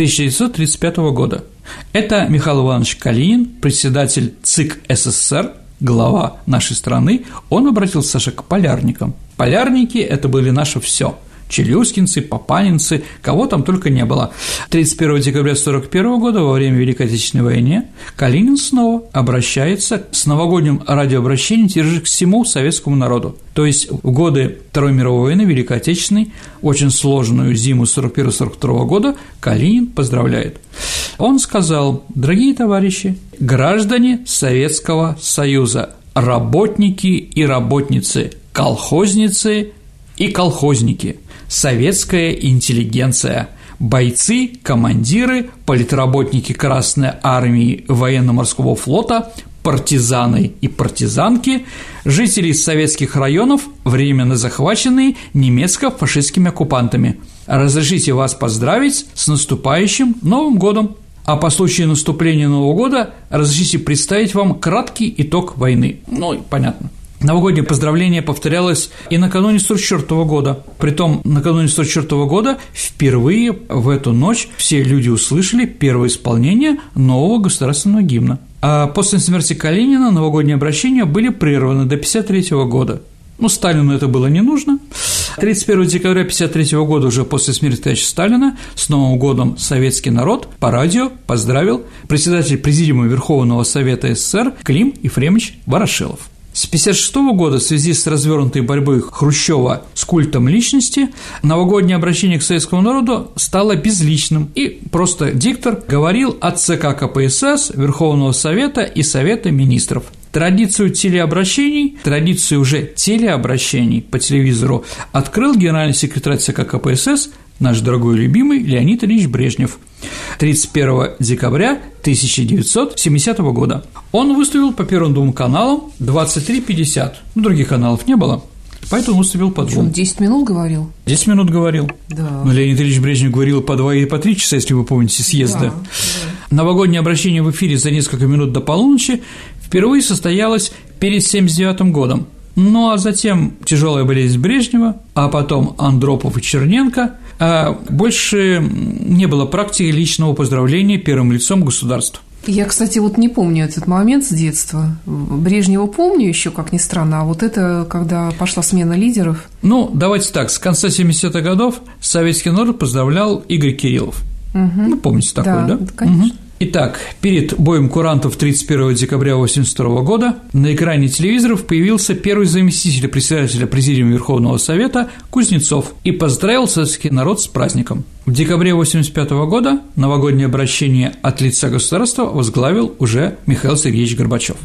1935 года. Это Михаил Иванович Калинин, председатель ЦИК СССР, глава нашей страны, он обратился, Саша, к полярникам. Полярники – это были наше все. Челюскинцы, папанинцы, кого там только не было. 31 декабря 1941 года, во время Великой Отечественной войны, Калинин снова обращается с новогодним радиообращением теперь к всему советскому народу. То есть в годы Второй мировой войны, Великой Отечественной, очень сложную зиму 1941-1942 года, Калинин поздравляет. Он сказал: «Дорогие товарищи, граждане Советского Союза, работники и работницы, колхозницы и колхозники, советская интеллигенция, бойцы, командиры, политработники Красной армии, военно-морского флота, партизаны и партизанки, жители советских районов, временно захваченные немецко-фашистскими оккупантами. Разрешите вас поздравить с наступающим Новым годом. А по случаю наступления Нового года разрешите представить вам краткий итог войны». Понятно. Новогоднее поздравление повторялось и накануне 1944 года. Притом, накануне 1944 года впервые в эту ночь все люди услышали первое исполнение нового государственного гимна. А после смерти Калинина новогодние обращения были прерваны до 1953 года. Сталину это было не нужно. 31 декабря 1953 года, уже после смерти товарища Сталина, с Новым годом советский народ по радио поздравил председатель Президиума Верховного Совета СССР Клим Ефремович Ворошилов. С 1956 года в связи с развернутой борьбой Хрущева с культом личности новогоднее обращение к советскому народу стало безличным, и просто диктор говорил от ЦК КПСС, Верховного Совета и Совета Министров. Традицию уже телеобращений по телевизору открыл генеральный секретарь ЦК КПСС, наш дорогой и любимый Леонид Ильич Брежнев 31 декабря 1970 года. Он выступил по первым двум каналам 23:50, других каналов не было, поэтому выступил по двум. 10 минут говорил? 10 минут говорил. Да. Но Леонид Ильич Брежнев говорил по 2 и по 3 часа, если вы помните, съезда. Да. Новогоднее обращение в эфире за несколько минут до полуночи впервые состоялось перед 1979 годом. Ну а затем тяжелая болезнь Брежнева, а потом Андропов и Черненко. Больше не было практики личного поздравления первым лицом государства. Я, кстати, вот не помню этот момент с детства. Брежнева помню еще, как ни странно, а вот это, когда пошла смена лидеров. Ну, давайте так, с конца 70-х годов советский народ поздравлял Игорь Кириллов. Ну, помните такое, да? Конечно. Итак, перед боем курантов 31 декабря 1982 года на экране телевизоров появился первый заместитель председателя Президиума Верховного Совета Кузнецов и поздравил советский народ с праздником. В декабре 1985 года новогоднее обращение от лица государства возглавил уже Михаил Сергеевич Горбачев.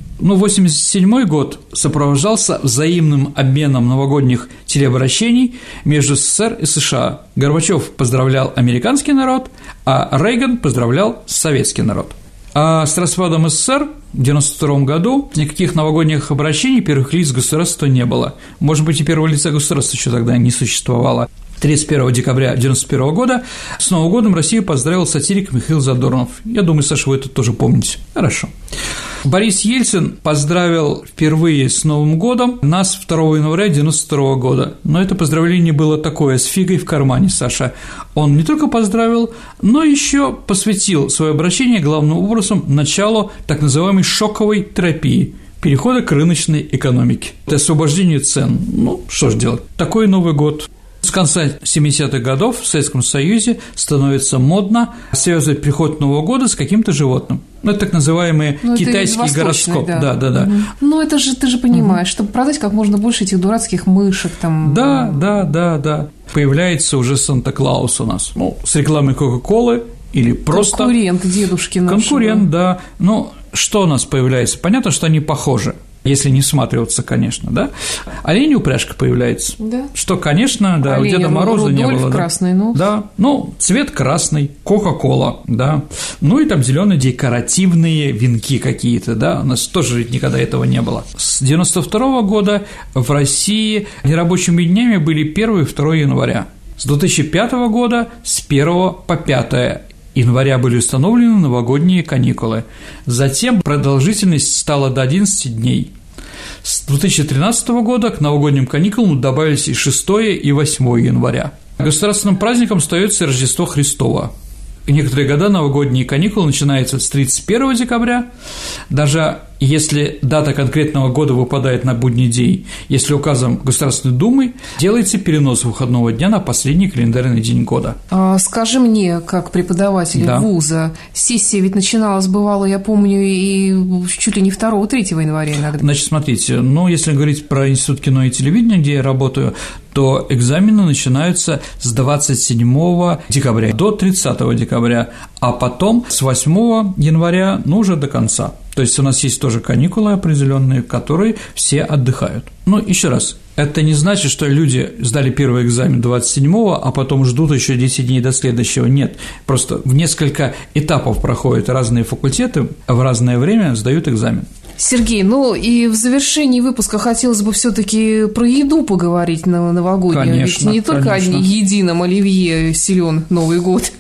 1987 год сопровождался взаимным обменом новогодних телеобращений между СССР и США. Горбачев поздравлял американский народ, а Рейган поздравлял советский народ. А с распадом СССР в 1992 году никаких новогодних обращений первых лиц государства не было. Может быть, и первого лица государства еще тогда не существовало. 31 декабря 1991 года с Новым годом Россию поздравил сатирик Михаил Задорнов. Я думаю, Саша, вы это тоже помните. Хорошо. Борис Ельцин поздравил впервые с Новым годом нас 2 января 1992 года. Но это поздравление было такое, с фигой в кармане, Саша. Он не только поздравил, но еще посвятил свое обращение главным образом началу так называемой шоковой терапии – перехода к рыночной экономике, это освобождение цен. Ну, что ж делать, такой Новый год. С конца 70-х годов в Советском Союзе становится модно связывать приход Нового года с каким-то животным. Это так называемый китайский гороскоп. Да. Угу. Ну, это же, ты же понимаешь, чтобы продать как можно больше этих дурацких мышек там. Да. Появляется уже Санта-Клаус у нас. С рекламой Кока-Колы или просто… Конкурент дедушки нашего. Конкурент, да. Что у нас появляется? Понятно, что они похожи. Если не всматриваться, конечно, да? Олень упряжка появляется. Да. Что, конечно, да, олень, у Деда Мороза не было. Красный нос. Да, цвет красный, Кока-Кола, да. И там зеленые декоративные венки какие-то, да. У нас тоже никогда этого не было. С 1992 года в России нерабочими днями были 1 и 2 января. С 2005 года с 1 по 5 января были установлены новогодние каникулы. Затем продолжительность стала до 11 дней. С 2013 года к новогодним каникулам добавились и 6 и 8 января. Государственным праздником остается Рождество Христово. Некоторые года новогодние каникулы начинаются с 31 декабря, даже если дата конкретного года выпадает на будний день, если указом Государственной Думы делается перенос выходного дня на последний календарный день года. Скажи мне, как преподаватель вуза, сессия ведь начиналась, бывало, я помню, и чуть ли не 2-3 января иногда. Значит, смотрите, если говорить про Институт кино и телевидения, где я работаю, то экзамены начинаются с 27 декабря до 30 декабря, а потом с 8 января, уже до конца. То есть у нас есть тоже каникулы определенные, которые все отдыхают. Еще раз, это не значит, что люди сдали первый экзамен 27-го, а потом ждут еще 10 дней до следующего. Нет, просто в несколько этапов проходят разные факультеты, в разное время сдают экзамен. Сергей, и в завершении выпуска хотелось бы все-таки про еду поговорить на новогоднюю. Конечно, ведь не только о едином оливье силен Новый год.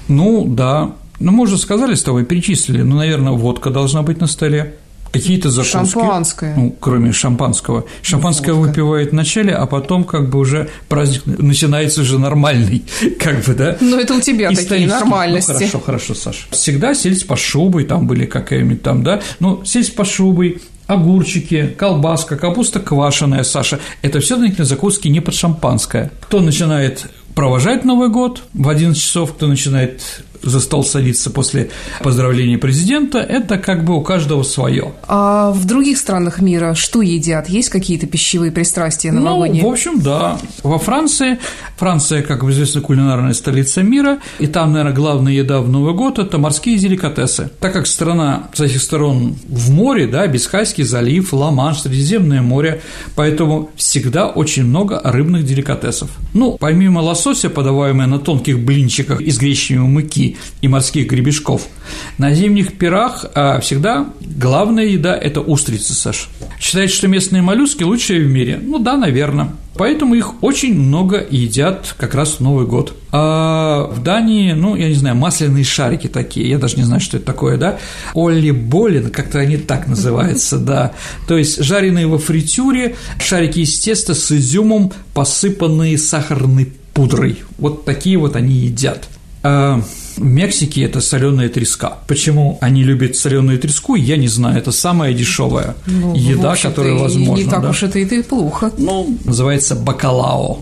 Да. Мы уже сказали с тобой, перечислили, наверное, водка должна быть на столе, какие-то закуски. Шампанское. Кроме шампанского. Шампанское выпивают в начале, а потом уже праздник начинается уже нормальный, да. Это у тебя такие нормальности. Хорошо, Саша. Всегда сельдь по шубой, там были какие-нибудь там, да, сельдь по шубой, огурчики, колбаска, капуста квашеная, Саша. Это все-таки закуски не под шампанское. Кто начинает провожать Новый год в 11 часов, кто начинает за стол садиться после поздравления президента, это как бы у каждого свое. А в других странах мира что едят? Есть какие-то пищевые пристрастия новогодние? Ну, в общем, да. Во Франция, как известно, кулинарная столица мира, и там, наверное, главная еда в Новый год – это морские деликатесы. Так как страна с этих сторон в море, да, Бискайский залив, Ла-Манш, Средиземное море, поэтому всегда очень много рыбных деликатесов. Ну, помимо лосося, подаваемого на тонких блинчиках из гречневой муки и морских гребешков, на зимних пирах всегда главная еда – это устрицы, Саш. Считается, что местные моллюски лучшие в мире? Ну да, наверное. Поэтому их очень много едят как раз в Новый год. А в Дании, ну, я не знаю, масляные шарики такие, я даже не знаю, что это такое, да, олли-болин, как-то они так называются, да, то есть жареные во фритюре шарики из теста с изюмом, посыпанные сахарной пудрой, вот такие вот они едят. В Мексике это соленая треска. Почему они любят соленую треску, я не знаю. Это самая дешевая еда, которая возможна. Не так уж это и плохо. Ну, называется бакалао.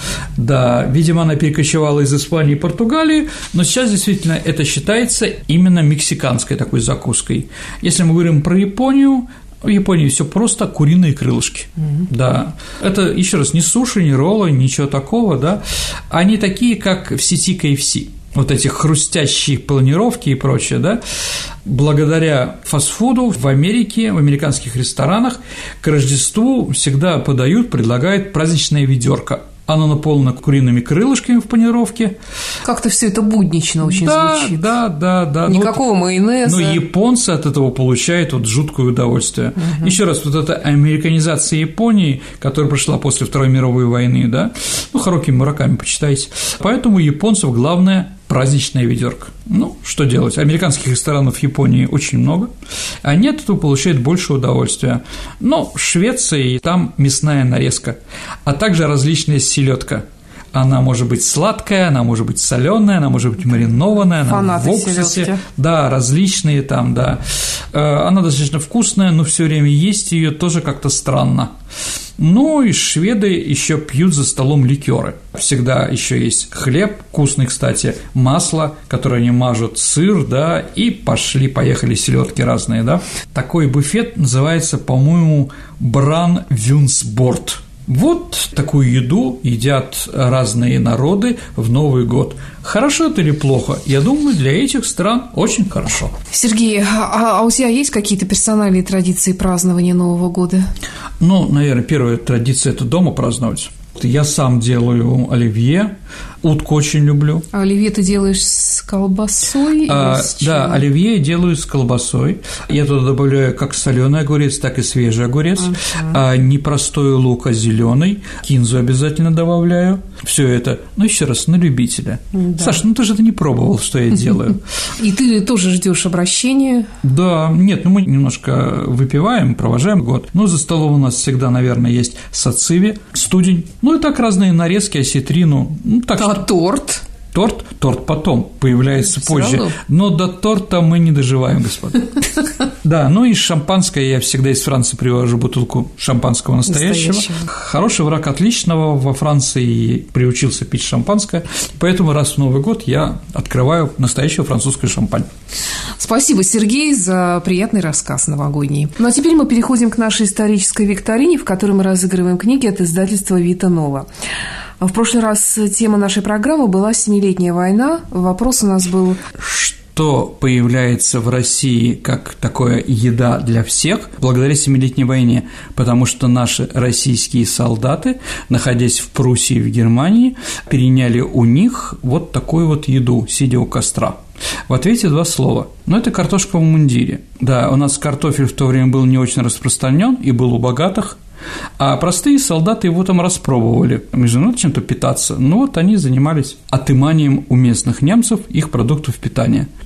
Да, видимо, она перекочевала из Испании и Португалии, но сейчас действительно это считается именно мексиканской такой закуской. Если мы говорим про Японию, в Японии все просто куриные крылышки, да. Это, еще раз, не суши, не роллы, ничего такого, да. Они такие, как в сети KFC. Вот эти хрустящие планировки и прочее, да, благодаря фастфуду в Америке, в американских ресторанах к Рождеству всегда предлагают праздничное ведерко. Оно наполнено куриными крылышками в панировке. Как-то все это буднично очень звучит. Да. Никакого майонеза. Но японцы от этого получают вот жуткое удовольствие. Еще раз, вот эта американизация Японии, которая прошла после Второй мировой войны, да, ну, Харуки Мураками почитайте. Поэтому у японцев главное праздничное ведерко. Ну, что делать? Американских ресторанов в Японии очень много, они от этого получают больше удовольствия. Но в Швеции там мясная нарезка, а также различная селедка. Она может быть сладкая, она может быть соленая, она может быть маринованная, она в уксусе. Да, различные там, да. Она достаточно вкусная, но все время есть ее тоже как-то странно. Ну и шведы еще пьют за столом ликеры. Всегда еще есть хлеб, вкусный, кстати, масло, которое они мажут, сыр, да, и поехали селедки разные, да. Такой буфет называется, по-моему, Бран-Вюнсборд. Вот такую еду едят разные народы в Новый год. Хорошо это или плохо? Я думаю, для этих стран очень хорошо. Сергей, а у тебя есть какие-то персональные традиции празднования Нового года? Ну, наверное, первая традиция – это дома праздновать. Я сам делаю оливье, утку очень люблю. А оливье ты делаешь с колбасой? Да, оливье делаю с колбасой. Я туда добавляю как соленый огурец, так и свежий огурец. Не простой лук, а зеленый. Кинзу обязательно добавляю. Все это, ну, еще раз, на любителя. Да. Саша, ну ты же это не пробовал, что я делаю. И ты тоже ждешь обращения? Да, нет, ну мы немножко выпиваем, провожаем год. Но за столом у нас всегда, наверное, есть сациви, студень. Ну и так разные нарезки, осетрину. Ну, так а торт? Торт потом появляется позже, но до торта мы не доживаем, господа. Да, ну и шампанское, я всегда из Франции привожу бутылку шампанского настоящего. Хороший враг отличного, во Франции приучился пить шампанское, поэтому раз в Новый год я открываю настоящую французскую шампань. Спасибо, Сергей, за приятный рассказ новогодний. Ну а теперь мы переходим к нашей исторической викторине, в которой мы разыгрываем книги от издательства «Вита Нова». В прошлый раз тема нашей программы была «Семилетняя война». Вопрос у нас был: что появляется в России как такое еда для всех благодаря Семилетней войне? Потому что наши российские солдаты, находясь в Пруссии и в Германии, переняли у них вот такую вот еду, сидя у костра. В ответе два слова. Но это картошка в мундире. Да, у нас картофель в то время был не очень распространен и был у богатых, а простые солдаты его там распробовали. Им же надо чем-то питаться. Ну вот они занимались отыманием у местных немцев их продуктов питания.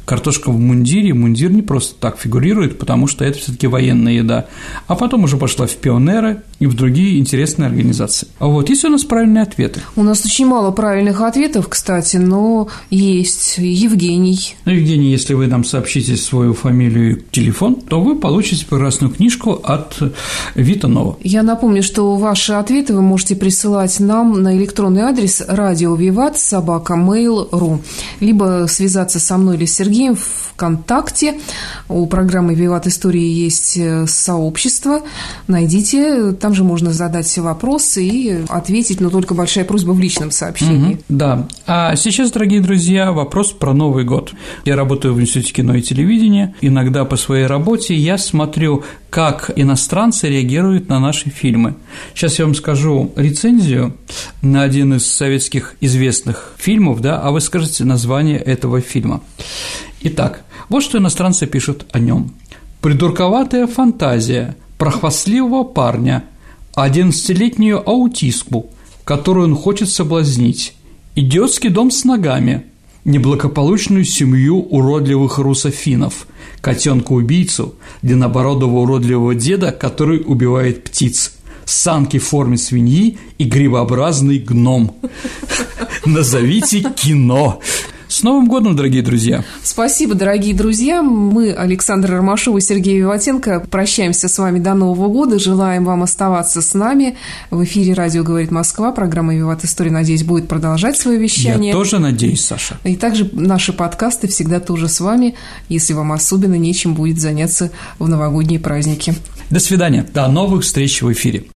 картошка в мундире. Мундир не просто так фигурирует, потому что это все-таки военная еда. А потом уже пошла в пионеры и в другие интересные организации. А вот есть у нас правильные ответы? У нас очень мало правильных ответов, кстати, но есть. Евгений. Евгений, если вы нам сообщите свою фамилию и телефон, то вы получите прекрасную книжку от Витанова. Я напомню, что ваши ответы вы можете присылать нам на электронный адрес radiovivat@mail.ru, либо связаться со мной или с Сергеем в ВКонтакте. У программы «Виват Истории» есть сообщество. Найдите, там же можно задать все вопросы и ответить, но только большая просьба в личном сообщении. Да. А сейчас, дорогие друзья, вопрос про Новый год. Я работаю в Институте кино и телевидения. Иногда по своей работе я смотрю, как иностранцы реагируют на наши фильмы. Сейчас я вам скажу рецензию на один из советских известных фильмов, да, а вы скажете название этого фильма. Итак, вот что иностранцы пишут о нем. «Придурковатая фантазия про хвастливого парня, 11-летнюю аутистку, которую он хочет соблазнить, идиотский дом с ногами, неблагополучную семью уродливых русофинов, котенка-убийцу, длиннобородого уродливого деда, который убивает птиц, санки в форме свиньи и грибообразный гном. Назовите кино». С Новым годом, дорогие друзья! Спасибо, дорогие друзья! Мы, Александр Ромашов и Сергей Виватенко, прощаемся с вами до Нового года. Желаем вам оставаться с нами. В эфире «Радио говорит Москва». Программа «Виват История», надеюсь, будет продолжать свое вещание. Я тоже надеюсь, Саша. И также наши подкасты всегда тоже с вами, если вам особенно нечем будет заняться в новогодние праздники. До свидания. До новых встреч в эфире.